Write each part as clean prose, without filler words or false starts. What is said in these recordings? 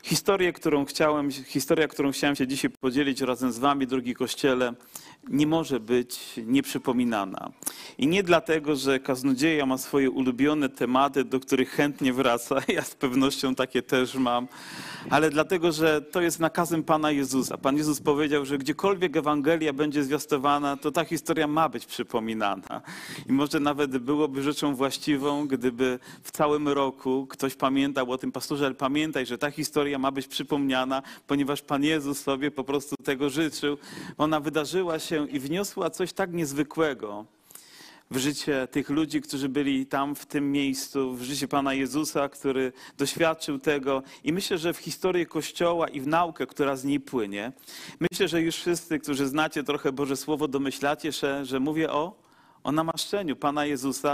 Historia, którą chciałem się dzisiaj podzielić razem z wami, drogi Kościele, nie może być nieprzypominana. I nie dlatego, że kaznodzieja ma swoje ulubione tematy, do których chętnie wraca, ja z pewnością takie też mam, ale dlatego, że to jest nakazem Pana Jezusa. Pan Jezus powiedział, że gdziekolwiek Ewangelia będzie zwiastowana, to ta historia ma być przypominana. I może nawet byłoby rzeczą właściwą, gdyby w całym roku ktoś pamiętał o tym, pastorze, ale pamiętaj, że ta historia ma być przypomniana, ponieważ Pan Jezus sobie po prostu tego życzył. Ona wydarzyła się i wniosła coś tak niezwykłego w życie tych ludzi, którzy byli tam w tym miejscu, w życie Pana Jezusa, który doświadczył tego. I myślę, że w historię Kościoła i w naukę, która z niej płynie, myślę, że już wszyscy, którzy znacie trochę Boże Słowo, domyślacie się, że mówię o namaszczeniu Pana Jezusa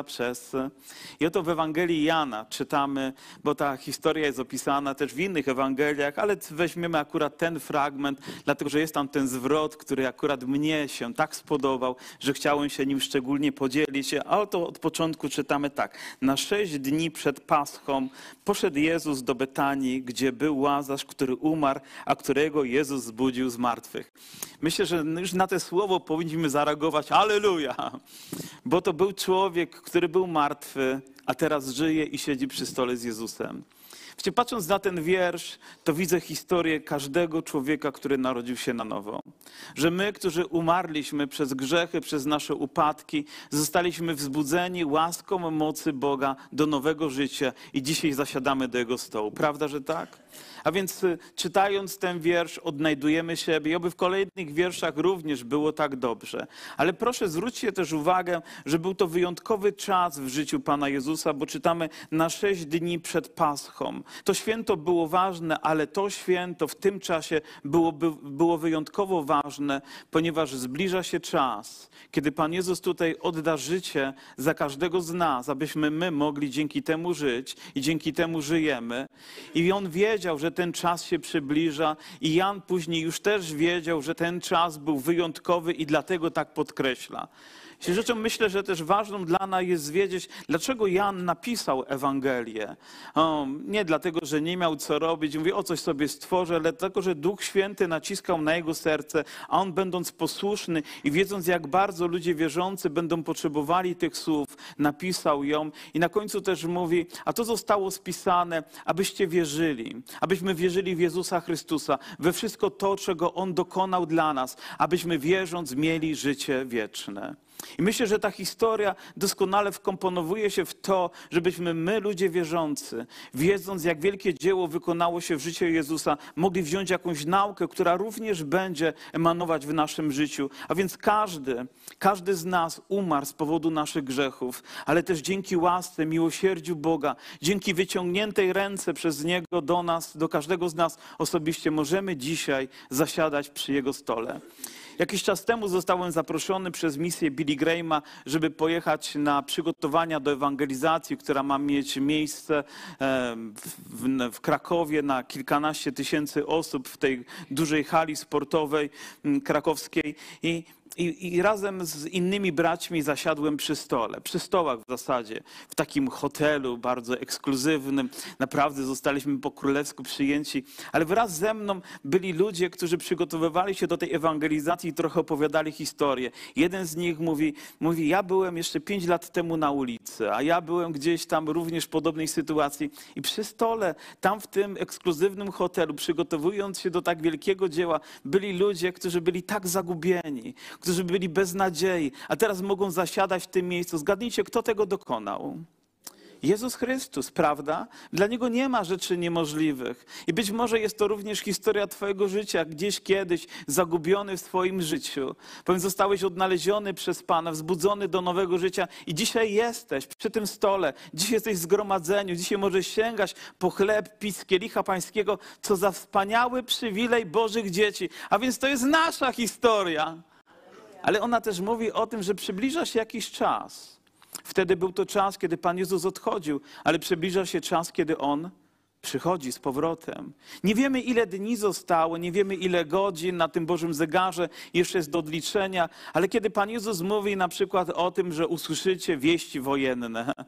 I oto w Ewangelii Jana czytamy, bo ta historia jest opisana też w innych Ewangeliach, ale weźmiemy akurat ten fragment, dlatego że jest tam ten zwrot, który akurat mnie się tak spodobał, że chciałem się nim szczególnie podzielić. Ale to od początku czytamy tak. Na 6 dni przed Paschą poszedł Jezus do Betanii, gdzie był Łazarz, który umarł, a którego Jezus zbudził z martwych. Myślę, że już na to słowo powinniśmy zareagować. Alleluja! Bo to był człowiek, który był martwy, a teraz żyje i siedzi przy stole z Jezusem. Wiecie, patrząc na ten wiersz, to widzę historię każdego człowieka, który narodził się na nowo. Że my, którzy umarliśmy przez grzechy, przez nasze upadki, zostaliśmy wzbudzeni łaską mocy Boga do nowego życia i dzisiaj zasiadamy do Jego stołu. Prawda, że tak? A więc czytając ten wiersz odnajdujemy siebie i oby w kolejnych wierszach również było tak dobrze. Ale proszę zwróćcie też uwagę, że był to wyjątkowy czas w życiu Pana Jezusa, bo czytamy na 6 dni przed Paschą. To święto było ważne, ale to święto w tym czasie było wyjątkowo ważne, ponieważ zbliża się czas, kiedy Pan Jezus tutaj odda życie za każdego z nas, abyśmy my mogli dzięki temu żyć i dzięki temu żyjemy. I On wiedział, że ten czas się przybliża i Jan później już też wiedział, że ten czas był wyjątkowy i dlatego tak podkreśla. Rzeczą myślę, że też ważną dla nas jest wiedzieć, dlaczego Jan napisał Ewangelię. Nie dlatego, że nie miał co robić, mówi, coś sobie stworzę, ale dlatego, że Duch Święty naciskał na jego serce, a on będąc posłuszny i wiedząc, jak bardzo ludzie wierzący będą potrzebowali tych słów, napisał ją i na końcu też mówi, a to zostało spisane, abyście wierzyli, abyśmy wierzyli w Jezusa Chrystusa, we wszystko to, czego On dokonał dla nas, abyśmy wierząc mieli życie wieczne. I myślę, że ta historia doskonale wkomponowuje się w to, żebyśmy my, ludzie wierzący, wiedząc, jak wielkie dzieło wykonało się w życiu Jezusa, mogli wziąć jakąś naukę, która również będzie emanować w naszym życiu. A więc każdy z nas umarł z powodu naszych grzechów, ale też dzięki łasce, miłosierdziu Boga, dzięki wyciągniętej ręce przez Niego do nas, do każdego z nas osobiście, możemy dzisiaj zasiadać przy Jego stole. Jakiś czas temu zostałem zaproszony przez misję Billy Grahama, żeby pojechać na przygotowania do ewangelizacji, która ma mieć miejsce w Krakowie na kilkanaście tysięcy osób w tej dużej hali sportowej krakowskiej. I razem z innymi braćmi zasiadłem przy stołach w zasadzie, w takim hotelu bardzo ekskluzywnym. Naprawdę zostaliśmy po królewsku przyjęci, ale wraz ze mną byli ludzie, którzy przygotowywali się do tej ewangelizacji i trochę opowiadali historię. Jeden z nich mówi, ja byłem jeszcze 5 lat temu na ulicy, a ja byłem gdzieś tam również w podobnej sytuacji. I przy stole, tam w tym ekskluzywnym hotelu, przygotowując się do tak wielkiego dzieła, byli ludzie, którzy byli tak zagubieni, którzy byli bez nadziei, a teraz mogą zasiadać w tym miejscu. Zgadnijcie, kto tego dokonał? Jezus Chrystus, prawda? Dla Niego nie ma rzeczy niemożliwych. I być może jest to również historia twojego życia, gdzieś kiedyś zagubiony w swoim życiu. Powiem, zostałeś odnaleziony przez Pana, wzbudzony do nowego życia i dzisiaj jesteś przy tym stole, dzisiaj jesteś w zgromadzeniu, dzisiaj możesz sięgać po chleb, pić z kielicha pańskiego, co za wspaniały przywilej Bożych dzieci. A więc to jest nasza historia. Ale ona też mówi o tym, że przybliża się jakiś czas. Wtedy był to czas, kiedy Pan Jezus odchodził, ale przybliża się czas, kiedy On przychodzi z powrotem. Nie wiemy, ile dni zostało, nie wiemy, ile godzin na tym Bożym zegarze jeszcze jest do odliczenia, ale kiedy Pan Jezus mówi na przykład o tym, że usłyszycie wieści wojenne,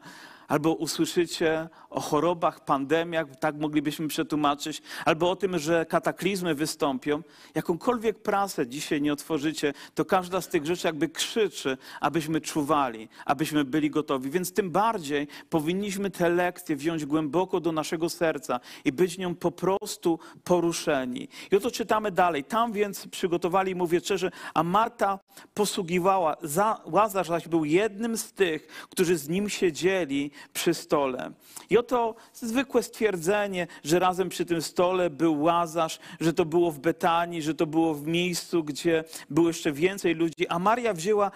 albo usłyszycie o chorobach, pandemiach, tak moglibyśmy przetłumaczyć, albo o tym, że kataklizmy wystąpią, jakąkolwiek prasę dzisiaj nie otworzycie, to każda z tych rzeczy jakby krzyczy, abyśmy czuwali, abyśmy byli gotowi. Więc tym bardziej powinniśmy tę lekcję wziąć głęboko do naszego serca i być nią po prostu poruszeni. I oto czytamy dalej. Tam więc przygotowali mu wieczerzę, a Marta posługiwała. Łazarz zaś był jednym z tych, którzy z nim siedzieli przy stole. I oto zwykłe stwierdzenie, że razem przy tym stole był Łazarz, że to było w Betanii, że to było w miejscu, gdzie było jeszcze więcej ludzi, a Maria wzięła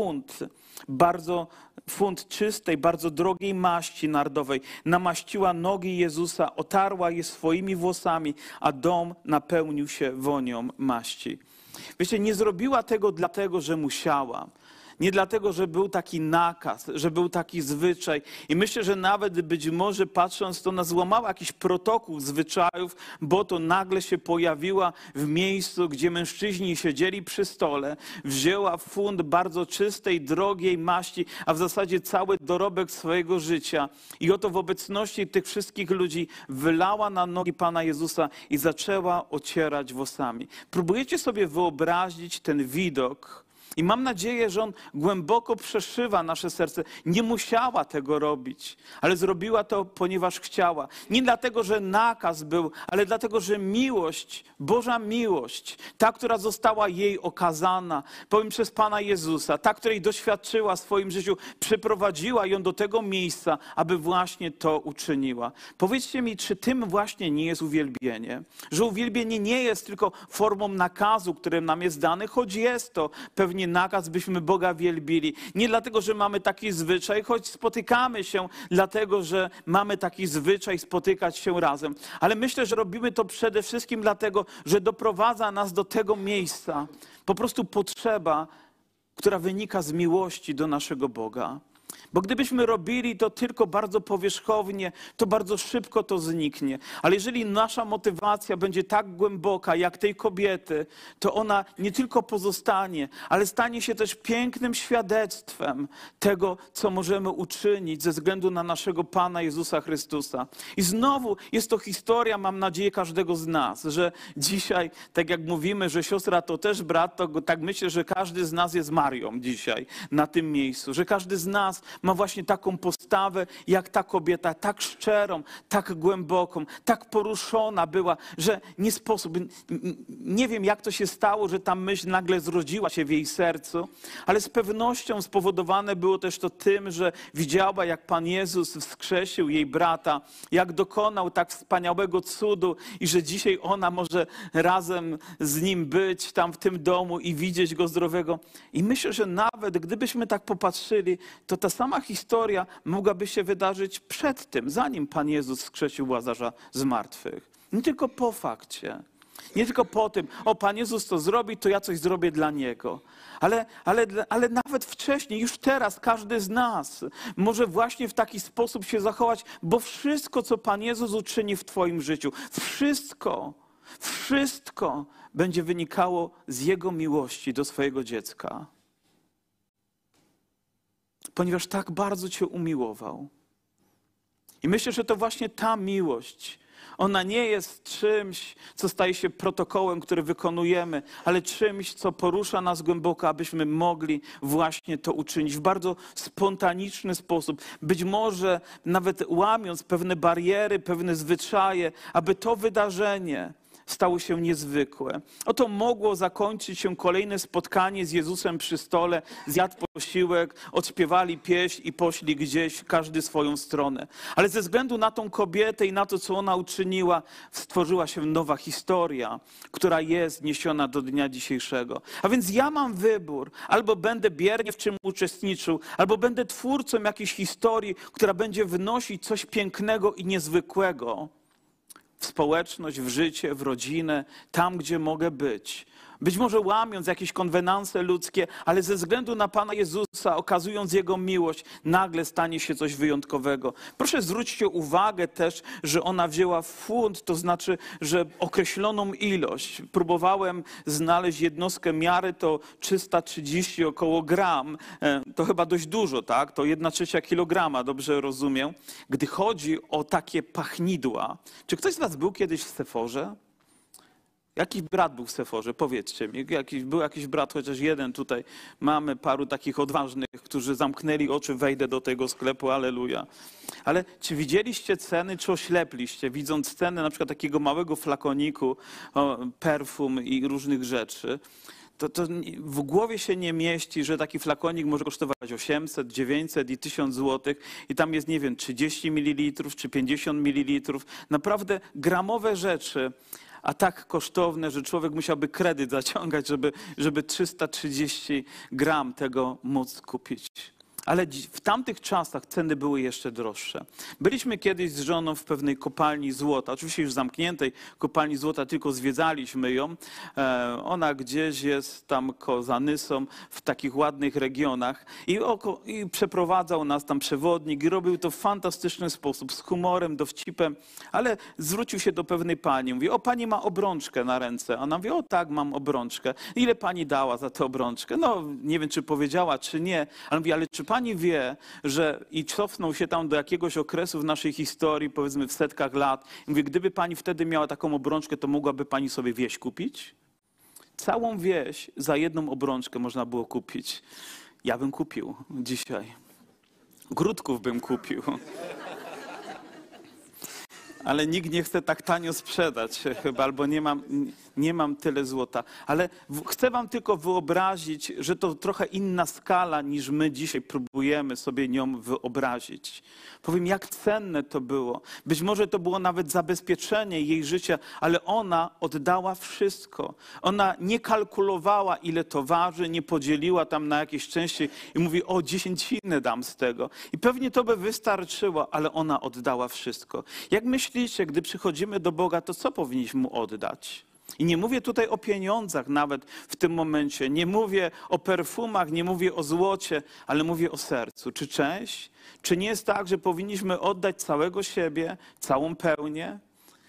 funt czystej, bardzo drogiej maści nardowej, namaściła nogi Jezusa, otarła je swoimi włosami, a dom napełnił się wonią maści. Wiecie, nie zrobiła tego dlatego, że musiała. Nie dlatego, że był taki nakaz, że był taki zwyczaj. I myślę, że nawet być może patrząc, to ona złamała jakiś protokół zwyczajów, bo to nagle się pojawiła w miejscu, gdzie mężczyźni siedzieli przy stole, wzięła funt bardzo czystej, drogiej maści, a w zasadzie cały dorobek swojego życia. I oto w obecności tych wszystkich ludzi wylała na nogi Pana Jezusa i zaczęła ocierać włosami. Próbujecie sobie wyobrazić ten widok? I mam nadzieję, że on głęboko przeszywa nasze serce. Nie musiała tego robić, ale zrobiła to, ponieważ chciała. Nie dlatego, że nakaz był, ale dlatego, że miłość, Boża miłość, ta, która została jej okazana, powiem przez Pana Jezusa, ta, której doświadczyła w swoim życiu, przyprowadziła ją do tego miejsca, aby właśnie to uczyniła. Powiedzcie mi, czy tym właśnie nie jest uwielbienie? Że uwielbienie nie jest tylko formą nakazu, który nam jest dany, choć jest to pewnie nakaz, byśmy Boga wielbili. Nie dlatego, że mamy taki zwyczaj, choć spotykamy się dlatego, że mamy taki zwyczaj spotykać się razem. Ale myślę, że robimy to przede wszystkim dlatego, że doprowadza nas do tego miejsca. Po prostu potrzeba, która wynika z miłości do naszego Boga. Bo gdybyśmy robili to tylko bardzo powierzchownie, to bardzo szybko to zniknie. Ale jeżeli nasza motywacja będzie tak głęboka jak tej kobiety, to ona nie tylko pozostanie, ale stanie się też pięknym świadectwem tego, co możemy uczynić ze względu na naszego Pana Jezusa Chrystusa. I znowu jest to historia, mam nadzieję, każdego z nas, że dzisiaj, tak jak mówimy, że siostra to też brat, to tak myślę, że każdy z nas jest Marią dzisiaj na tym miejscu, że każdy z nas ma właśnie taką postawę, jak ta kobieta, tak szczerą, tak głęboką, tak poruszona była, że nie sposób, nie wiem jak to się stało, że ta myśl nagle zrodziła się w jej sercu, ale z pewnością spowodowane było też to tym, że widziała, jak Pan Jezus wskrzesił jej brata, jak dokonał tak wspaniałego cudu i że dzisiaj ona może razem z nim być tam w tym domu i widzieć go zdrowego. I myślę, że nawet gdybyśmy tak popatrzyli, to ta sama historia mogłaby się wydarzyć przed tym, zanim Pan Jezus wskrzesił Łazarza z martwych. Nie tylko po fakcie, nie tylko po tym, o Pan Jezus to zrobi, to ja coś zrobię dla Niego. Ale nawet wcześniej, już teraz każdy z nas może właśnie w taki sposób się zachować, bo wszystko, co Pan Jezus uczyni w Twoim życiu, wszystko będzie wynikało z Jego miłości do swojego dziecka. Ponieważ tak bardzo Cię umiłował. I myślę, że to właśnie ta miłość, ona nie jest czymś, co staje się protokołem, który wykonujemy, ale czymś, co porusza nas głęboko, abyśmy mogli właśnie to uczynić w bardzo spontaniczny sposób. Być może nawet łamiąc pewne bariery, pewne zwyczaje, aby to wydarzenie stało się niezwykłe. Oto mogło zakończyć się kolejne spotkanie z Jezusem przy stole, zjadł posiłek, odśpiewali pieśń i poszli gdzieś, każdy swoją stronę. Ale ze względu na tą kobietę i na to, co ona uczyniła, stworzyła się nowa historia, która jest niesiona do dnia dzisiejszego. A więc ja mam wybór, albo będę biernie w czym uczestniczył, albo będę twórcą jakiejś historii, która będzie wnosić coś pięknego i niezwykłego w społeczność, w życie, w rodzinę, tam, gdzie mogę być. Być może łamiąc jakieś konwenanse ludzkie, ale ze względu na Pana Jezusa, okazując Jego miłość, nagle stanie się coś wyjątkowego. Proszę zwróćcie uwagę też, że ona wzięła funt, to znaczy, że określoną ilość. Próbowałem znaleźć jednostkę miary, to 330 około gram. To chyba dość dużo, tak? To 1/3 kilograma, dobrze rozumiem. Gdy chodzi o takie pachnidła. Czy ktoś z was był kiedyś w Sephorze? Jakiś brat był w Sephorze? Powiedzcie mi. Był jakiś brat, chociaż jeden tutaj. Mamy paru takich odważnych, którzy zamknęli oczy, wejdę do tego sklepu, alleluja. Ale czy widzieliście ceny, czy oślepliście, widząc cenę na przykład takiego małego flakoniku, perfum i różnych rzeczy? To w głowie się nie mieści, że taki flakonik może kosztować 800, 900 i 1000 złotych i tam jest, nie wiem, 30 ml czy 50 ml. Naprawdę gramowe rzeczy, a tak kosztowne, że człowiek musiałby kredyt zaciągać, żeby 330 gram tego móc kupić. Ale w tamtych czasach ceny były jeszcze droższe. Byliśmy kiedyś z żoną w pewnej kopalni złota, oczywiście już zamkniętej kopalni złota, tylko zwiedzaliśmy ją. Ona gdzieś jest tam za Nysą, w takich ładnych regionach i przeprowadzał nas tam przewodnik i robił to w fantastyczny sposób, z humorem, dowcipem, ale zwrócił się do pewnej pani. Mówi, o, pani ma obrączkę na ręce. Ona mówi, o tak, mam obrączkę. Ile pani dała za tę obrączkę? No, nie wiem, czy powiedziała, czy nie, ale mówi, ale czy pani wie, że i cofnął się tam do jakiegoś okresu w naszej historii, powiedzmy w setkach lat. I mówi, gdyby pani wtedy miała taką obrączkę, to mogłaby pani sobie wieś kupić? Całą wieś za jedną obrączkę można było kupić. Ja bym kupił dzisiaj. Ogródków bym kupił. Ale nikt nie chce tak tanio sprzedać chyba, albo nie mam tyle złota. Ale chcę wam tylko wyobrazić, że to trochę inna skala, niż my dzisiaj próbujemy sobie nią wyobrazić. Powiem, jak cenne to było. Być może to było nawet zabezpieczenie jej życia, ale ona oddała wszystko. Ona nie kalkulowała, ile to waży, nie podzieliła tam na jakieś części i mówi, o, 10 dam z tego. I pewnie to by wystarczyło, ale ona oddała wszystko. Jak myślicie, gdy przychodzimy do Boga, to co powinniśmy Mu oddać? I nie mówię tutaj o pieniądzach nawet w tym momencie, nie mówię o perfumach, nie mówię o złocie, ale mówię o sercu. Czy część? Czy nie jest tak, że powinniśmy oddać całego siebie, całą pełnię?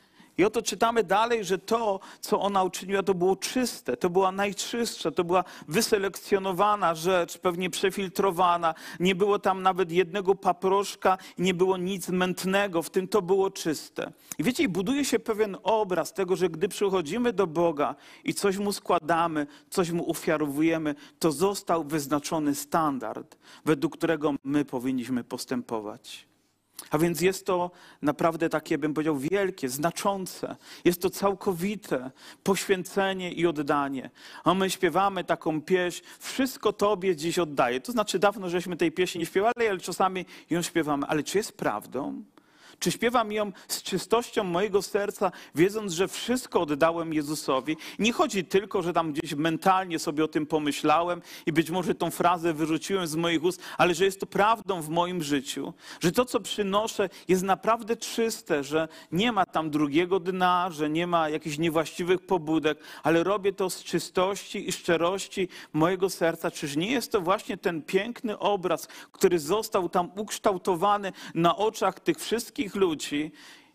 I oto czytamy dalej, że to, co ona uczyniła, to było czyste, to była najczystsza, to była wyselekcjonowana rzecz, pewnie przefiltrowana. Nie było tam nawet jednego paproszka, nie było nic mętnego, w tym to było czyste. I wiecie, buduje się pewien obraz tego, że gdy przychodzimy do Boga i coś Mu składamy, coś Mu ofiarowujemy, to został wyznaczony standard, według którego my powinniśmy postępować. A więc jest to naprawdę takie, bym powiedział, wielkie, znaczące. Jest to całkowite poświęcenie i oddanie. A my śpiewamy taką pieśń, wszystko Tobie dziś oddaję. To znaczy dawno żeśmy tej pieśni nie śpiewali, ale czasami ją śpiewamy. Ale czy jest prawdą? Czy śpiewam ją z czystością mojego serca, wiedząc, że wszystko oddałem Jezusowi? Nie chodzi tylko, że tam gdzieś mentalnie sobie o tym pomyślałem i być może tą frazę wyrzuciłem z moich ust, ale że jest to prawdą w moim życiu, że to, co przynoszę, jest naprawdę czyste, że nie ma tam drugiego dna, że nie ma jakichś niewłaściwych pobudek, ale robię to z czystości i szczerości mojego serca. Czyż nie jest to właśnie ten piękny obraz, który został tam ukształtowany na oczach tych wszystkich ludzi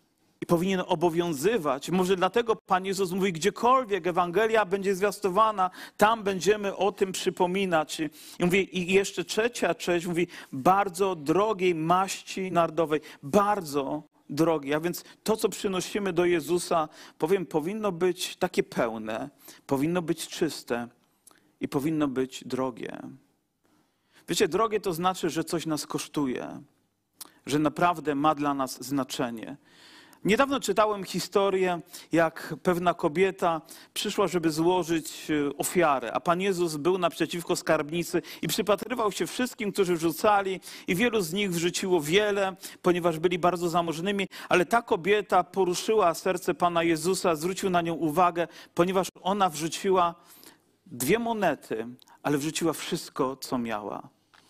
i powinien obowiązywać. Może dlatego Pan Jezus mówi, gdziekolwiek Ewangelia będzie zwiastowana, tam będziemy o tym przypominać. I mówi, i jeszcze trzecia część mówi, bardzo drogiej maści nardowej, bardzo drogiej. A więc to, co przynosimy do Jezusa, powiem, powinno być takie pełne, powinno być czyste i powinno być drogie. Wiecie, drogie to znaczy, że coś nas kosztuje, że naprawdę ma dla nas znaczenie. Niedawno czytałem historię, jak pewna kobieta przyszła, żeby złożyć ofiarę, a Pan Jezus był naprzeciwko skarbnicy i przypatrywał się wszystkim, którzy wrzucali i wielu z nich wrzuciło wiele, ponieważ byli bardzo zamożnymi, ale ta kobieta poruszyła serce Pana Jezusa, zwrócił na nią uwagę, ponieważ ona wrzuciła 2 monety, ale wrzuciła wszystko, co miała.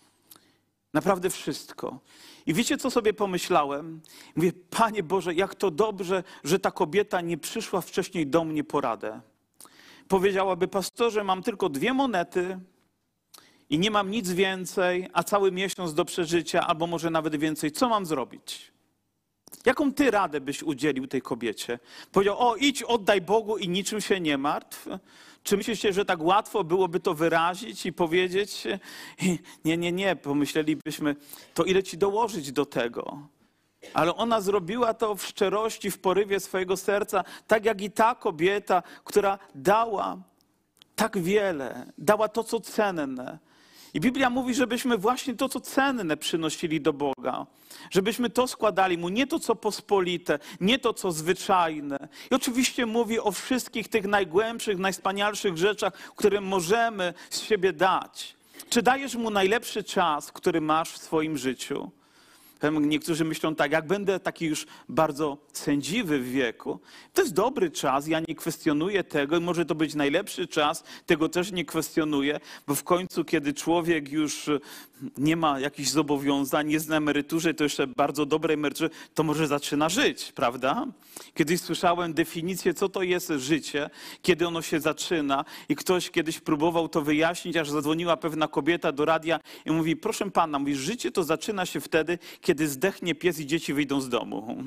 Naprawdę wszystko. I wiecie, co sobie pomyślałem? Mówię, Panie Boże, jak to dobrze, że ta kobieta nie przyszła wcześniej do mnie po radę. powiedziałaby: pastorze, mam tylko 2 monety i nie mam nic więcej, a cały miesiąc do przeżycia, albo może nawet więcej. Co mam zrobić? Jaką ty radę byś udzielił tej kobiecie? Powiedział: o, idź, oddaj Bogu i niczym się nie martw. Czy myślicie, że tak łatwo byłoby to wyrazić i powiedzieć? Nie. Pomyślelibyśmy, to ile ci dołożyć do tego? Ale ona zrobiła to w szczerości, w porywie swojego serca, tak jak i ta kobieta, która dała tak wiele, dała to, co cenne. I Biblia mówi, żebyśmy właśnie to, co cenne, przynosili do Boga. Żebyśmy to składali Mu, nie to, co pospolite, nie to, co zwyczajne. I oczywiście mówi o wszystkich tych najgłębszych, najwspanialszych rzeczach, które możemy z siebie dać. Czy dajesz Mu najlepszy czas, który masz w swoim życiu? Niektórzy myślą tak, jak będę taki już bardzo sędziwy w wieku, to jest dobry czas, ja nie kwestionuję tego i może to być najlepszy czas, tego też nie kwestionuję, bo w końcu, kiedy człowiek już nie ma jakichś zobowiązań, jest na emeryturze, to jeszcze bardzo dobrej emeryturze, to może zaczyna żyć, prawda? Kiedyś słyszałem definicję, co to jest życie, kiedy ono się zaczyna i ktoś kiedyś próbował to wyjaśnić, aż zadzwoniła pewna kobieta do radia i mówi: proszę pana, mówi, życie to zaczyna się wtedy, kiedy zdechnie pies i dzieci wyjdą z domu.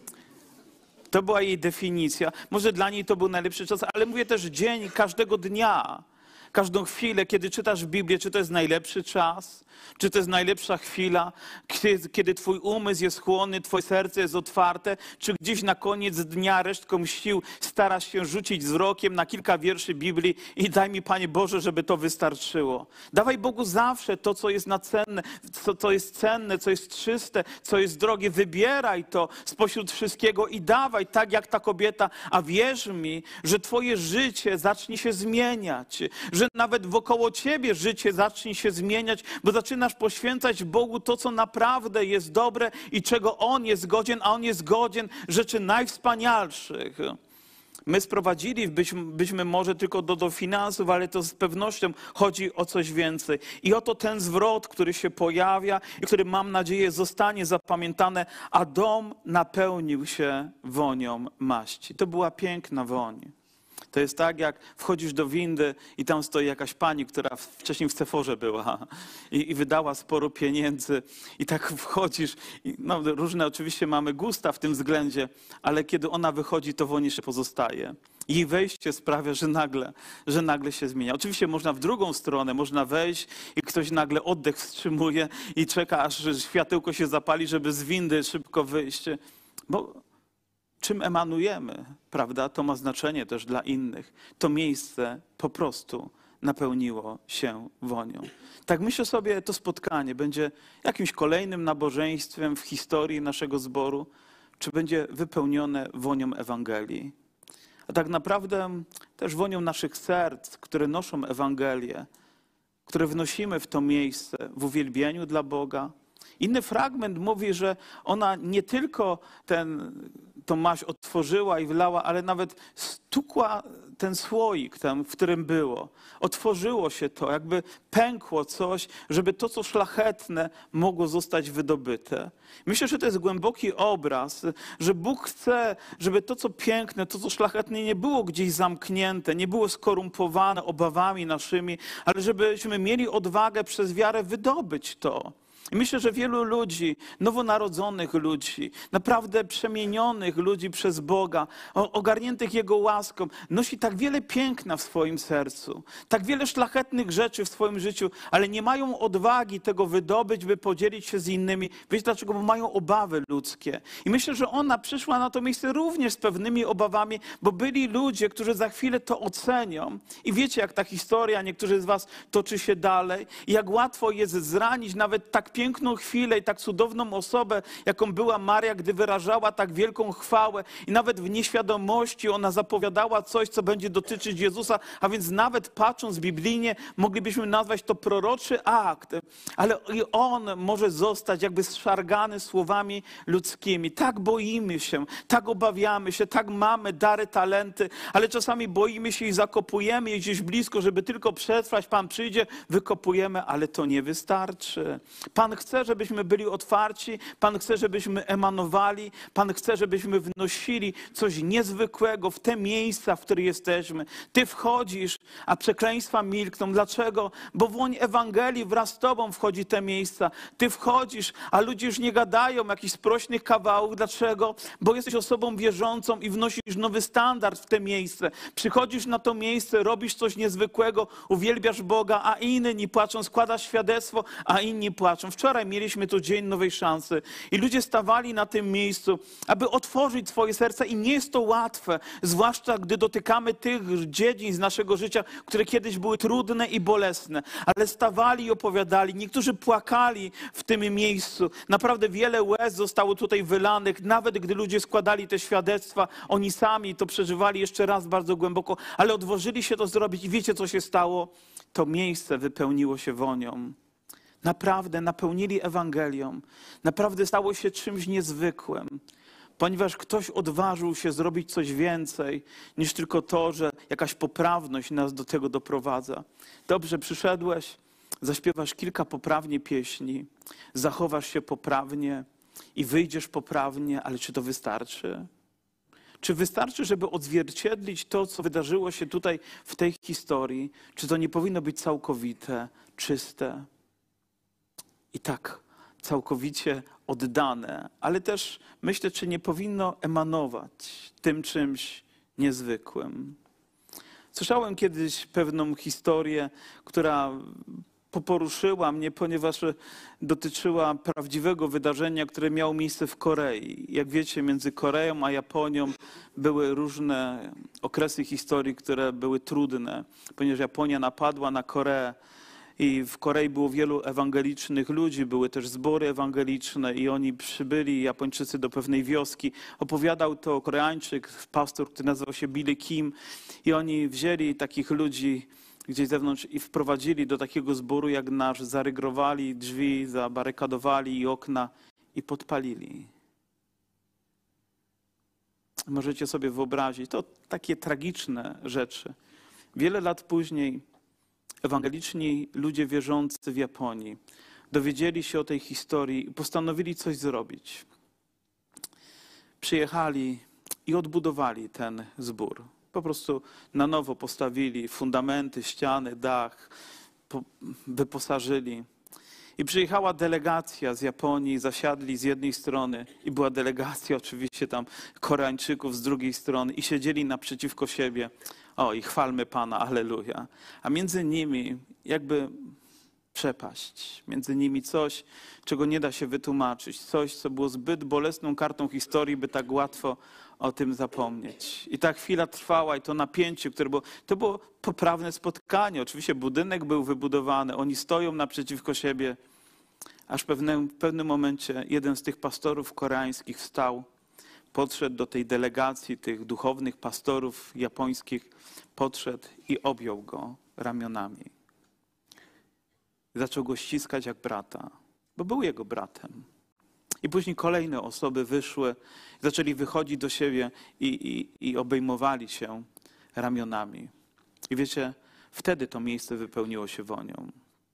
To była jej definicja. Może dla niej to był najlepszy czas, ale mówię też dzień każdego dnia. Każdą chwilę, kiedy czytasz Biblię, czy to jest najlepszy czas, czy to jest najlepsza chwila, kiedy twój umysł jest chłonny, twoje serce jest otwarte, czy gdzieś na koniec dnia resztką sił starasz się rzucić wzrokiem na kilka wierszy Biblii i daj mi, Panie Boże, żeby to wystarczyło. Dawaj Bogu zawsze to, co jest cenne, co jest cenne, co jest czyste, co jest drogie. Wybieraj to spośród wszystkiego i dawaj, tak jak ta kobieta. A wierz mi, że twoje życie zacznie się zmieniać, że nawet wokoło ciebie życie zacznie się zmieniać, bo zaczynasz poświęcać Bogu to, co naprawdę jest dobre i czego On jest godzien, a On jest godzien rzeczy najwspanialszych. My sprowadzilibyśmy może tylko do finansów, ale to z pewnością chodzi o coś więcej. I oto ten zwrot, który się pojawia i który, mam nadzieję, zostanie zapamiętany, a dom napełnił się wonią maści. To była piękna woń. To jest tak, jak wchodzisz do windy i tam stoi jakaś pani, która wcześniej w Sephorze była i wydała sporo pieniędzy. I tak wchodzisz, no różne oczywiście mamy gusta w tym względzie, ale kiedy ona wychodzi, to woń jeszcze pozostaje. Jej wejście sprawia, że nagle się zmienia. Oczywiście można w drugą stronę, można wejść i ktoś nagle oddech wstrzymuje i czeka, aż światełko się zapali, żeby z windy szybko wyjść. Bo czym emanujemy, prawda? To ma znaczenie też dla innych. To miejsce po prostu napełniło się wonią. Tak myślę sobie, to spotkanie będzie jakimś kolejnym nabożeństwem w historii naszego zboru, czy będzie wypełnione wonią Ewangelii. A tak naprawdę też wonią naszych serc, które noszą Ewangelię, które wnosimy w to miejsce w uwielbieniu dla Boga. Inny fragment mówi, że ona nie tylko tą maź otworzyła i wlała, ale nawet stukła ten słoik tam, w którym było. Otworzyło się to, jakby pękło coś, żeby to, co szlachetne, mogło zostać wydobyte. Myślę, że to jest głęboki obraz, że Bóg chce, żeby to, co piękne, to, co szlachetne, nie było gdzieś zamknięte, nie było skorumpowane obawami naszymi, ale żebyśmy mieli odwagę przez wiarę wydobyć to. I myślę, że wielu ludzi, nowonarodzonych ludzi, naprawdę przemienionych ludzi przez Boga, ogarniętych Jego łaską, nosi tak wiele piękna w swoim sercu, tak wiele szlachetnych rzeczy w swoim życiu, ale nie mają odwagi tego wydobyć, by podzielić się z innymi. Wiecie dlaczego? Bo mają obawy ludzkie. I myślę, że ona przyszła na to miejsce również z pewnymi obawami, bo byli ludzie, którzy za chwilę to ocenią. I wiecie, jak ta historia, niektórzy z was, toczy się dalej i jak łatwo jest zranić nawet tak piękną chwilę i tak cudowną osobę, jaką była Maria, gdy wyrażała tak wielką chwałę i nawet w nieświadomości ona zapowiadała coś, co będzie dotyczyć Jezusa, a więc nawet patrząc biblijnie, moglibyśmy nazwać to proroczy akt, ale i on może zostać jakby zszargany słowami ludzkimi. Tak boimy się, tak obawiamy się, tak mamy dary, talenty, ale czasami boimy się i zakopujemy je gdzieś blisko, żeby tylko przetrwać. Pan przyjdzie, wykopujemy, ale to nie wystarczy. Pan Pan chce, żebyśmy byli otwarci, Pan chce, żebyśmy emanowali, Pan chce, żebyśmy wnosili coś niezwykłego w te miejsca, w których jesteśmy. Ty wchodzisz, a przekleństwa milkną. Dlaczego? Bo woń Ewangelii wraz z Tobą wchodzi w te miejsca. Ty wchodzisz, a ludzie już nie gadają jakichś sprośnych kawałów. Dlaczego? Bo jesteś osobą wierzącą i wnosisz nowy standard w te miejsce. Przychodzisz na to miejsce, robisz coś niezwykłego, uwielbiasz Boga, a inni płaczą, składasz świadectwo, a inni płaczą. Wczoraj mieliśmy tu Dzień Nowej Szansy i ludzie stawali na tym miejscu, aby otworzyć swoje serca i nie jest to łatwe, zwłaszcza gdy dotykamy tych dziedzin z naszego życia, które kiedyś były trudne i bolesne, ale stawali i opowiadali. Niektórzy płakali w tym miejscu. Naprawdę wiele łez zostało tutaj wylanych, nawet gdy ludzie składali te świadectwa, oni sami to przeżywali jeszcze raz bardzo głęboko, ale odważyli się to zrobić i wiecie, co się stało? To miejsce wypełniło się wonią. Naprawdę napełnili Ewangelią. Naprawdę stało się czymś niezwykłym. Ponieważ ktoś odważył się zrobić coś więcej niż tylko to, że jakaś poprawność nas do tego doprowadza. Dobrze, przyszedłeś, zaśpiewasz kilka poprawnie pieśni, zachowasz się poprawnie i wyjdziesz poprawnie, ale czy to wystarczy? Czy wystarczy, żeby odzwierciedlić to, co wydarzyło się tutaj w tej historii? Czy to nie powinno być całkowite, czyste i tak całkowicie oddane? Ale też myślę, czy nie powinno emanować tym czymś niezwykłym. Słyszałem kiedyś pewną historię, która poruszyła mnie, ponieważ dotyczyła prawdziwego wydarzenia, które miało miejsce w Korei. Jak wiecie, między Koreą a Japonią były różne okresy historii, które były trudne, ponieważ Japonia napadła na Koreę i w Korei było wielu ewangelicznych ludzi, były też zbory ewangeliczne i oni przybyli, Japończycy, do pewnej wioski. Opowiadał to Koreańczyk, pastor, który nazywał się Billy Kim i oni wzięli takich ludzi gdzieś z zewnątrz i wprowadzili do takiego zboru jak nasz, zarygrowali drzwi, zabarykadowali i okna i podpalili. Możecie sobie wyobrazić, to takie tragiczne rzeczy. Wiele lat później ewangeliczni ludzie wierzący w Japonii dowiedzieli się o tej historii i postanowili coś zrobić. Przyjechali i odbudowali ten zbór. Po prostu na nowo postawili fundamenty, ściany, dach, wyposażyli. I przyjechała delegacja z Japonii, zasiadli z jednej strony i była delegacja oczywiście tam Koreańczyków z drugiej strony i siedzieli naprzeciwko siebie. O, i chwalmy Pana, alleluja. A między nimi jakby przepaść. Między nimi coś, czego nie da się wytłumaczyć. Coś, co było zbyt bolesną kartą historii, by tak łatwo o tym zapomnieć. I ta chwila trwała i to napięcie, które było, to było poprawne spotkanie. Oczywiście budynek był wybudowany, oni stoją naprzeciwko siebie, aż w pewnym momencie jeden z tych pastorów koreańskich wstał, podszedł do tej delegacji tych duchownych pastorów japońskich, podszedł i objął go ramionami. Zaczął go ściskać jak brata, bo był jego bratem. I później kolejne osoby wyszły, zaczęli wychodzić do siebie i obejmowali się ramionami. I wiecie, wtedy to miejsce wypełniło się wonią.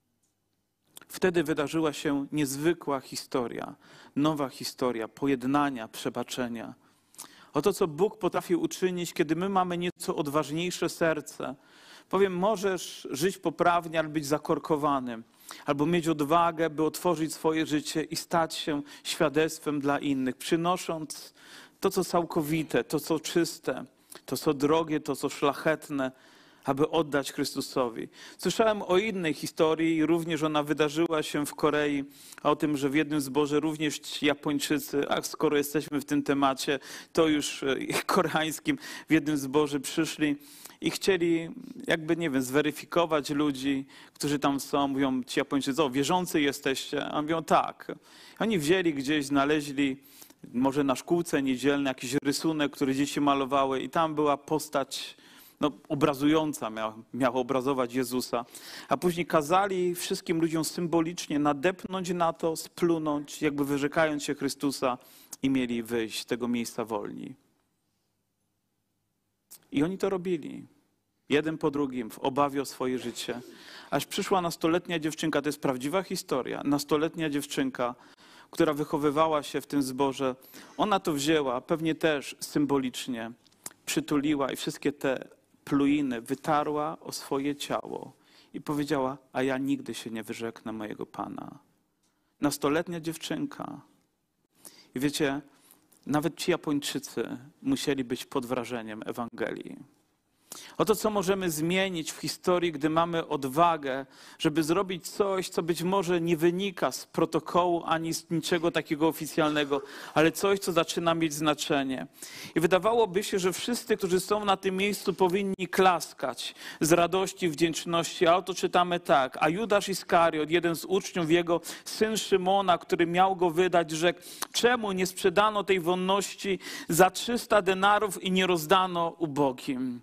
Wtedy wydarzyła się niezwykła historia, nowa historia pojednania, przebaczenia. O to, co Bóg potrafi uczynić, kiedy my mamy nieco odważniejsze serce. Powiem, możesz żyć poprawnie, ale być zakorkowanym. Albo mieć odwagę, by otworzyć swoje życie i stać się świadectwem dla innych, przynosząc to, co całkowite, to, co czyste, to, co drogie, to, co szlachetne, aby oddać Chrystusowi. Słyszałem o innej historii, również ona wydarzyła się w Korei, o tym, że w jednym zborze również ci Japończycy, a skoro jesteśmy w tym temacie, to już koreańskim, w jednym zborze przyszli i chcieli jakby, nie wiem, zweryfikować ludzi, którzy tam są. Mówią ci Japończycy, o, wierzący jesteście? A mówią, tak. Oni wzięli gdzieś, znaleźli może na szkółce niedzielnej jakiś rysunek, który dzieci malowały i tam była postać obrazująca, miała obrazować Jezusa. A później kazali wszystkim ludziom symbolicznie nadepnąć na to, splunąć, jakby wyrzekając się Chrystusa i mieli wyjść z tego miejsca wolni. I oni to robili. jeden po drugim, w obawie o swoje życie. Aż przyszła nastoletnia dziewczynka, to jest prawdziwa historia, nastoletnia dziewczynka, która wychowywała się w tym zborze. Ona to wzięła, pewnie też symbolicznie, przytuliła i wszystkie te pluiny wytarła o swoje ciało i powiedziała, a ja nigdy się nie wyrzeknę mojego Pana. Nastoletnia dziewczynka. I wiecie, nawet ci Japończycy musieli być pod wrażeniem Ewangelii. Oto co możemy zmienić w historii, gdy mamy odwagę, żeby zrobić coś, co być może nie wynika z protokołu ani z niczego takiego oficjalnego, ale coś, co zaczyna mieć znaczenie. I wydawałoby się, że wszyscy, którzy są na tym miejscu, powinni klaskać z radości, wdzięczności. A oto czytamy tak, a Judasz Iskariot, jeden z uczniów jego, syn Szymona, który miał go wydać, rzekł, czemu nie sprzedano tej wonności za 300 denarów i nie rozdano ubogim?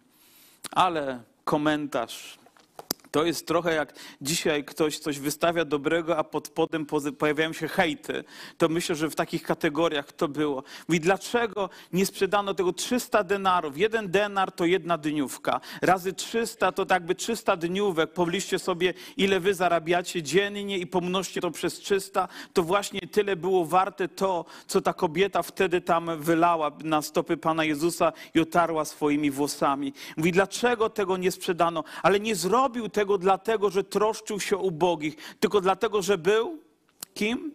Ale komentarz, to jest trochę jak dzisiaj ktoś coś wystawia dobrego, a pod spodem pojawiają się hejty. To myślę, że w takich kategoriach to było. Mówi, dlaczego nie sprzedano tego 300 denarów? 1 denar to 1 dniówka. Razy 300 to tak by 300 dniówek. Pomyślcie sobie, ile wy zarabiacie dziennie i pomnożcie to przez 300. To właśnie tyle było warte to, co ta kobieta wtedy tam wylała na stopy Pana Jezusa i otarła swoimi włosami. Mówi, dlaczego tego nie sprzedano? Ale nie zrobił tego dlatego, że troszczył się o ubogich, tylko dlatego, że był kim?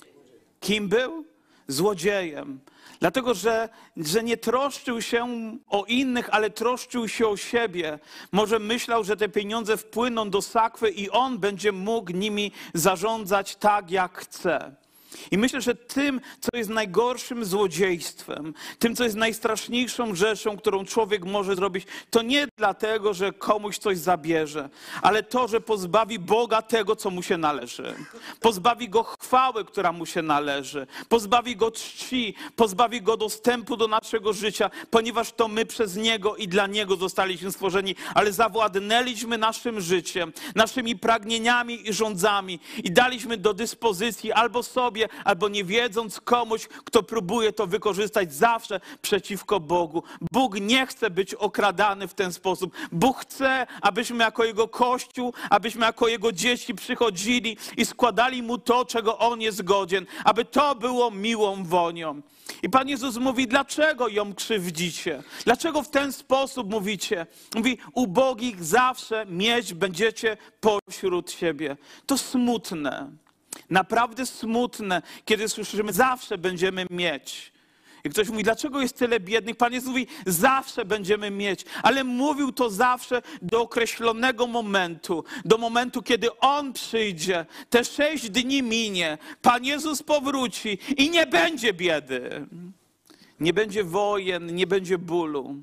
Kim był? Złodziejem. Dlatego, że nie troszczył się o innych, ale troszczył się o siebie. Może myślał, że te pieniądze wpłyną do sakwy i on będzie mógł nimi zarządzać tak, jak chce. I myślę, że tym, co jest najgorszym złodziejstwem, tym, co jest najstraszniejszą rzeczą, którą człowiek może zrobić, to nie dlatego, że komuś coś zabierze, ale to, że pozbawi Boga tego, co mu się należy. Pozbawi Go chwały, która mu się należy. Pozbawi Go czci, pozbawi Go dostępu do naszego życia, ponieważ to my przez Niego i dla Niego zostaliśmy stworzeni, ale zawładnęliśmy naszym życiem, naszymi pragnieniami i rządzami i daliśmy do dyspozycji albo sobie, albo nie wiedząc komuś, kto próbuje to wykorzystać zawsze przeciwko Bogu. Bóg nie chce być okradany w ten sposób. Bóg chce, abyśmy jako Jego Kościół, abyśmy jako Jego dzieci przychodzili i składali Mu to, czego On jest godzien, aby to było miłą wonią. I Pan Jezus mówi, dlaczego ją krzywdzicie? Dlaczego w ten sposób mówicie? Mówi, ubogich zawsze mieć będziecie pośród siebie. To smutne. Naprawdę smutne, kiedy słyszymy, zawsze będziemy mieć. I ktoś mówi, dlaczego jest tyle biednych? Pan Jezus mówi, zawsze będziemy mieć. Ale mówił to zawsze do określonego momentu. Do momentu, kiedy On przyjdzie. Te 6 dni minie. Pan Jezus powróci i nie będzie biedy. Nie będzie wojen, nie będzie bólu.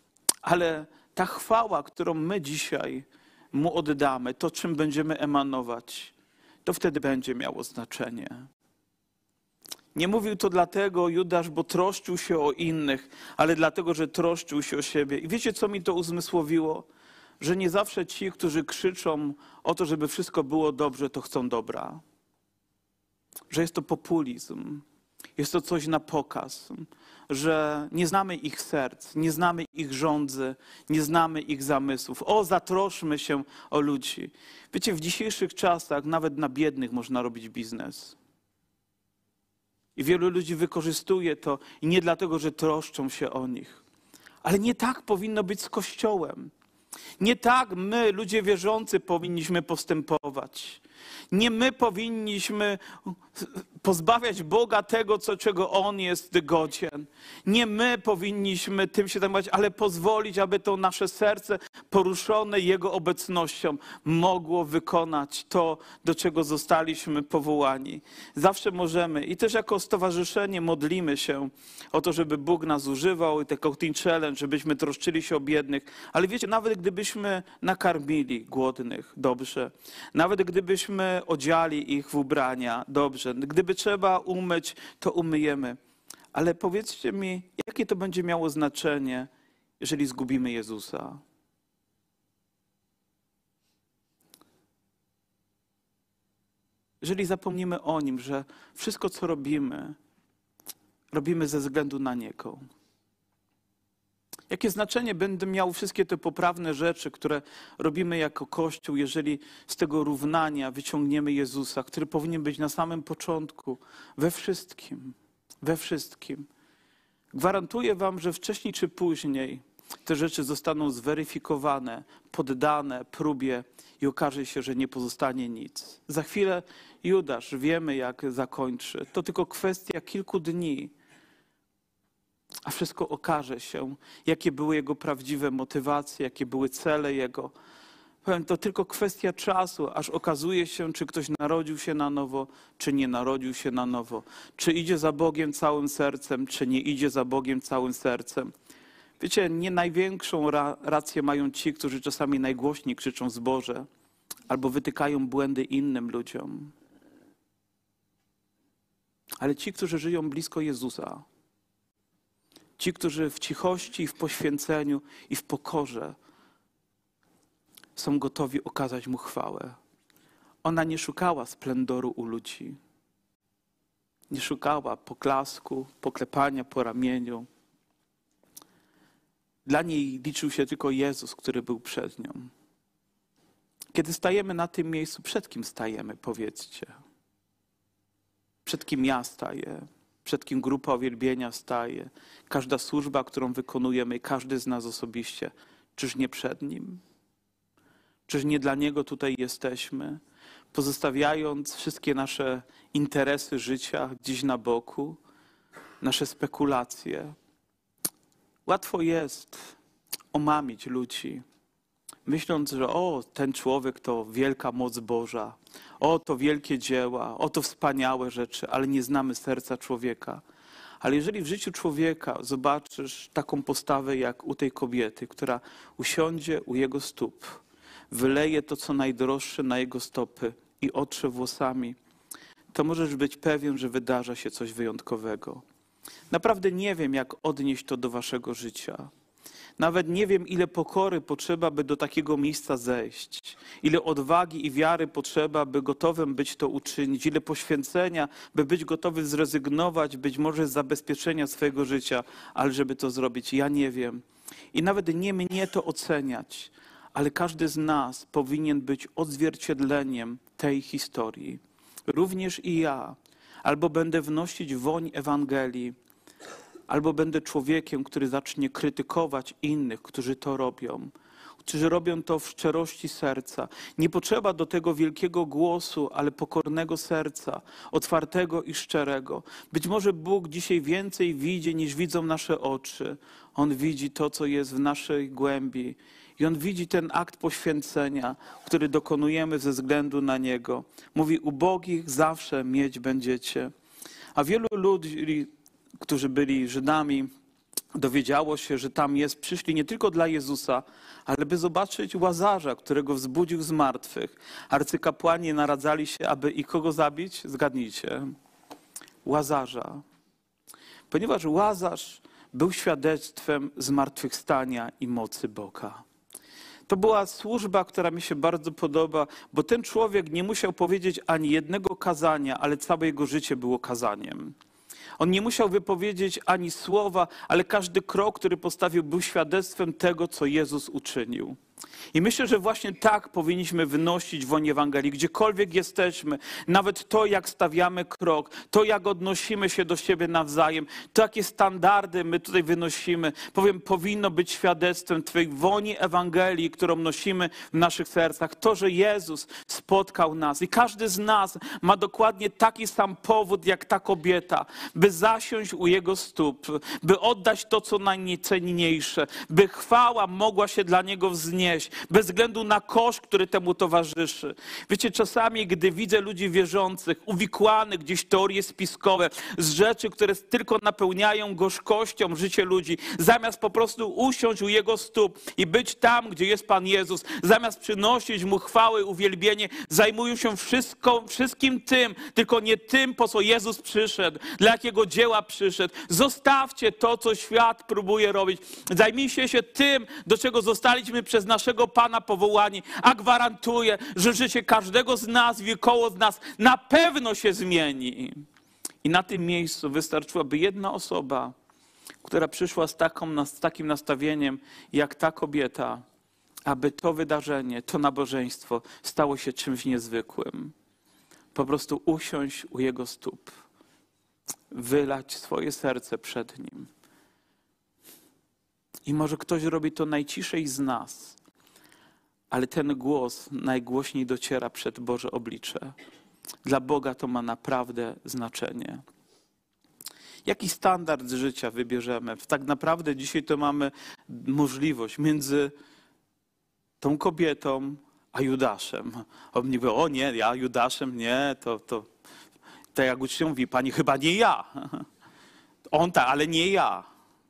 Ale ta chwała, którą my dzisiaj Mu oddamy, to czym będziemy emanować, to wtedy będzie miało znaczenie. Nie mówił to dlatego Judasz, bo troszczył się o innych, ale dlatego, że troszczył się o siebie. I wiecie, co mi to uzmysłowiło? Że nie zawsze ci, którzy krzyczą o to, żeby wszystko było dobrze, to chcą dobra. Że jest to populizm. Jest to coś na pokaz. Że nie znamy ich serc, nie znamy ich żądzy, nie znamy ich zamysłów. O, zatroszmy się o ludzi. Wiecie, w dzisiejszych czasach nawet na biednych można robić biznes. I wielu ludzi wykorzystuje to i nie dlatego, że troszczą się o nich. Ale nie tak powinno być z Kościołem. Nie tak my, ludzie wierzący, powinniśmy postępować. Nie my powinniśmy pozbawiać Boga tego, czego On jest godzien. Nie my powinniśmy tym się zajmować, ale pozwolić, aby to nasze serce poruszone Jego obecnością mogło wykonać to, do czego zostaliśmy powołani. Zawsze możemy i też jako stowarzyszenie modlimy się o to, żeby Bóg nas używał i tego Teen Challenge, żebyśmy troszczyli się o biednych. Ale wiecie, nawet gdybyśmy nakarmili głodnych, dobrze. Nawet gdybyśmy odziali ich w ubrania, dobrze. Gdyby trzeba umyć, to umyjemy. Ale powiedzcie mi, jakie to będzie miało znaczenie, jeżeli zgubimy Jezusa? Jeżeli zapomnimy o Nim, że wszystko, co robimy, robimy ze względu na Niego. Jakie znaczenie będą miały wszystkie te poprawne rzeczy, które robimy jako Kościół, jeżeli z tego równania wyciągniemy Jezusa, który powinien być na samym początku, we wszystkim, we wszystkim. Gwarantuję wam, że wcześniej czy później te rzeczy zostaną zweryfikowane, poddane próbie i okaże się, że nie pozostanie nic. Za chwilę Judasz, wiemy jak zakończy. To tylko kwestia kilku dni, a wszystko okaże się, jakie były jego prawdziwe motywacje, jakie były cele jego. Powiem, to tylko kwestia czasu, aż okazuje się, czy ktoś narodził się na nowo, czy nie narodził się na nowo. Czy idzie za Bogiem całym sercem, czy nie idzie za Bogiem całym sercem. Wiecie, nie największą rację mają ci, którzy czasami najgłośniej krzyczą zboże albo wytykają błędy innym ludziom. Ale ci, którzy żyją blisko Jezusa, ci, którzy w cichości, w poświęceniu i w pokorze są gotowi okazać Mu chwałę. Ona nie szukała splendoru u ludzi. Nie szukała poklasku, poklepania po ramieniu. Dla niej liczył się tylko Jezus, który był przed nią. Kiedy stajemy na tym miejscu, przed kim stajemy, powiedzcie? Przed kim ja staję? Przed kim grupa uwielbienia staje? Każda służba, którą wykonujemy i każdy z nas osobiście, czyż nie przed Nim? Czyż nie dla Niego tutaj jesteśmy? Pozostawiając wszystkie nasze interesy życia gdzieś na boku, nasze spekulacje. Łatwo jest omamić ludzi, myśląc, że ten człowiek to wielka moc Boża, to wielkie dzieła, to wspaniałe rzeczy, ale nie znamy serca człowieka. Ale jeżeli w życiu człowieka zobaczysz taką postawę jak u tej kobiety, która usiądzie u jego stóp, wyleje to, co najdroższe na jego stopy i otrze włosami, to możesz być pewien, że wydarza się coś wyjątkowego. Naprawdę nie wiem, jak odnieść to do waszego życia. Nawet nie wiem, ile pokory potrzeba, by do takiego miejsca zejść. Ile odwagi i wiary potrzeba, by gotowym być to uczynić. Ile poświęcenia, by być gotowy zrezygnować, być może z zabezpieczenia swojego życia, ale żeby to zrobić. Ja nie wiem. I nawet nie mnie to oceniać, ale każdy z nas powinien być odzwierciedleniem tej historii. Również i ja. Albo będę wnosić woń Ewangelii, albo będę człowiekiem, który zacznie krytykować innych, którzy to robią, którzy robią to w szczerości serca. Nie potrzeba do tego wielkiego głosu, ale pokornego serca, otwartego i szczerego. Być może Bóg dzisiaj więcej widzi, niż widzą nasze oczy. On widzi to, co jest w naszej głębi. I On widzi ten akt poświęcenia, który dokonujemy ze względu na Niego. Mówi, ubogich zawsze mieć będziecie. A wielu ludzi, którzy byli Żydami, dowiedziało się, że tam jest, przyszli nie tylko dla Jezusa, ale by zobaczyć Łazarza, którego wzbudził z martwych. Arcykapłani naradzali się, aby i kogo zabić? Zgadnijcie. Łazarza. Ponieważ Łazarz był świadectwem zmartwychwstania i mocy Boga. To była służba, która mi się bardzo podoba, bo ten człowiek nie musiał powiedzieć ani jednego kazania, ale całe jego życie było kazaniem. On nie musiał wypowiedzieć ani słowa, ale każdy krok, który postawił, był świadectwem tego, co Jezus uczynił. I myślę, że właśnie tak powinniśmy wynosić woń Ewangelii, gdziekolwiek jesteśmy. Nawet to, jak stawiamy krok, to, jak odnosimy się do siebie nawzajem, to, jakie standardy my tutaj wynosimy, powinno być świadectwem Twojej woni Ewangelii, którą nosimy w naszych sercach. To, że Jezus spotkał nas i każdy z nas ma dokładnie taki sam powód, jak ta kobieta, by zasiąść u Jego stóp, by oddać to, co najcenniejsze, by chwała mogła się dla Niego wznieść, bez względu na koszt, który temu towarzyszy. Wiecie, czasami, gdy widzę ludzi wierzących, uwikłanych gdzieś w teorie spiskowe, z rzeczy, które tylko napełniają gorzkością życie ludzi, zamiast po prostu usiąść u Jego stóp i być tam, gdzie jest Pan Jezus, zamiast przynosić Mu chwałę, uwielbienie, zajmują się wszystkim tym, tylko nie tym, po co Jezus przyszedł, dla jakiego dzieła przyszedł. Zostawcie to, co świat próbuje robić. Zajmijcie się tym, do czego zostaliśmy przez naszego Pana powołani, a gwarantuję, że życie każdego z nas, wiekoło z nas na pewno się zmieni. I na tym miejscu wystarczyłaby jedna osoba, która przyszła z takim nastawieniem, jak ta kobieta, aby to wydarzenie, to nabożeństwo stało się czymś niezwykłym. Po prostu usiąść u Jego stóp, wylać swoje serce przed Nim. I może ktoś robi to najciszej z nas, ale ten głos najgłośniej dociera przed Boże oblicze. Dla Boga to ma naprawdę znaczenie. Jaki standard życia wybierzemy? Tak naprawdę dzisiaj to mamy możliwość między tą kobietą a Judaszem. On mówi, o nie, ja Judaszem, nie, to jak uczciwie mówi, pani chyba nie ja. On tak, ale nie ja.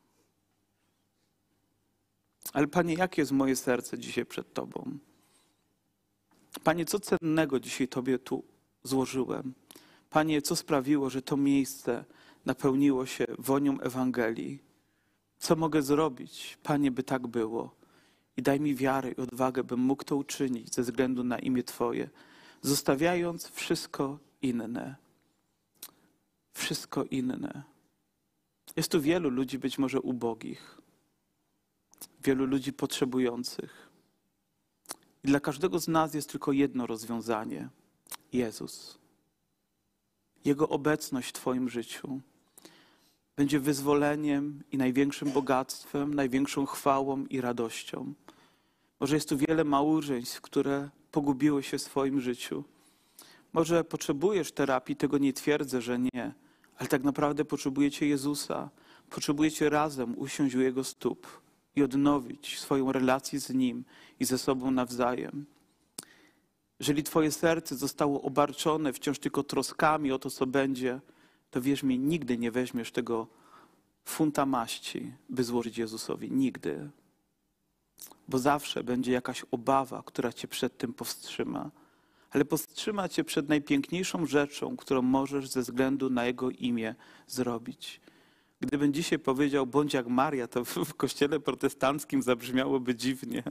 Ale Panie, jakie jest moje serce dzisiaj przed Tobą? Panie, co cennego dzisiaj Tobie tu złożyłem? Panie, co sprawiło, że to miejsce napełniło się wonią Ewangelii? Co mogę zrobić, Panie, by tak było? I daj mi wiarę i odwagę, bym mógł to uczynić ze względu na imię Twoje, zostawiając wszystko inne. Wszystko inne. Jest tu wielu ludzi być może ubogich, wielu ludzi potrzebujących. I dla każdego z nas jest tylko jedno rozwiązanie. Jezus. Jego obecność w Twoim życiu będzie wyzwoleniem i największym bogactwem, największą chwałą i radością. Może jest tu wiele małżeństw, które pogubiły się w swoim życiu. Może potrzebujesz terapii, tego nie twierdzę, że nie, ale tak naprawdę potrzebujecie Jezusa. Potrzebujecie razem usiąść u Jego stóp i odnowić swoją relację z Nim i ze sobą nawzajem. Jeżeli Twoje serce zostało obarczone wciąż tylko troskami o to, co będzie, to wierz mi, nigdy nie weźmiesz tego funta maści, by złożyć Jezusowi. Nigdy. Bo zawsze będzie jakaś obawa, która Cię przed tym powstrzyma. Ale powstrzyma Cię przed najpiękniejszą rzeczą, którą możesz ze względu na Jego imię zrobić. Gdybym dzisiaj powiedział, bądź jak Maria, to w kościele protestanckim zabrzmiałoby dziwnie.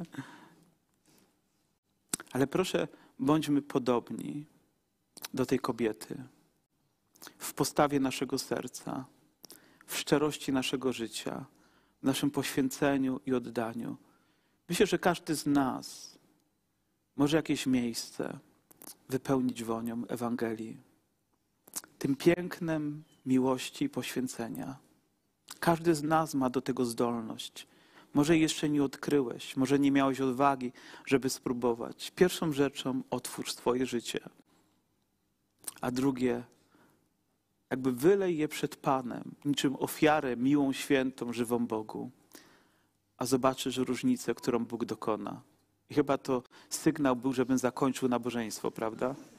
Ale proszę, bądźmy podobni do tej kobiety. W postawie naszego serca, w szczerości naszego życia, w naszym poświęceniu i oddaniu. Myślę, że każdy z nas może jakieś miejsce wypełnić wonią Ewangelii. Tym pięknem miłości i poświęcenia. Każdy z nas ma do tego zdolność. Może jeszcze nie odkryłeś, może nie miałeś odwagi, żeby spróbować. Pierwszą rzeczą otwórz swoje życie. A drugie, jakby wylej je przed Panem, niczym ofiarę miłą, świętą, żywą Bogu. A zobaczysz różnicę, którą Bóg dokona. I chyba to sygnał był, żebym zakończył nabożeństwo, prawda?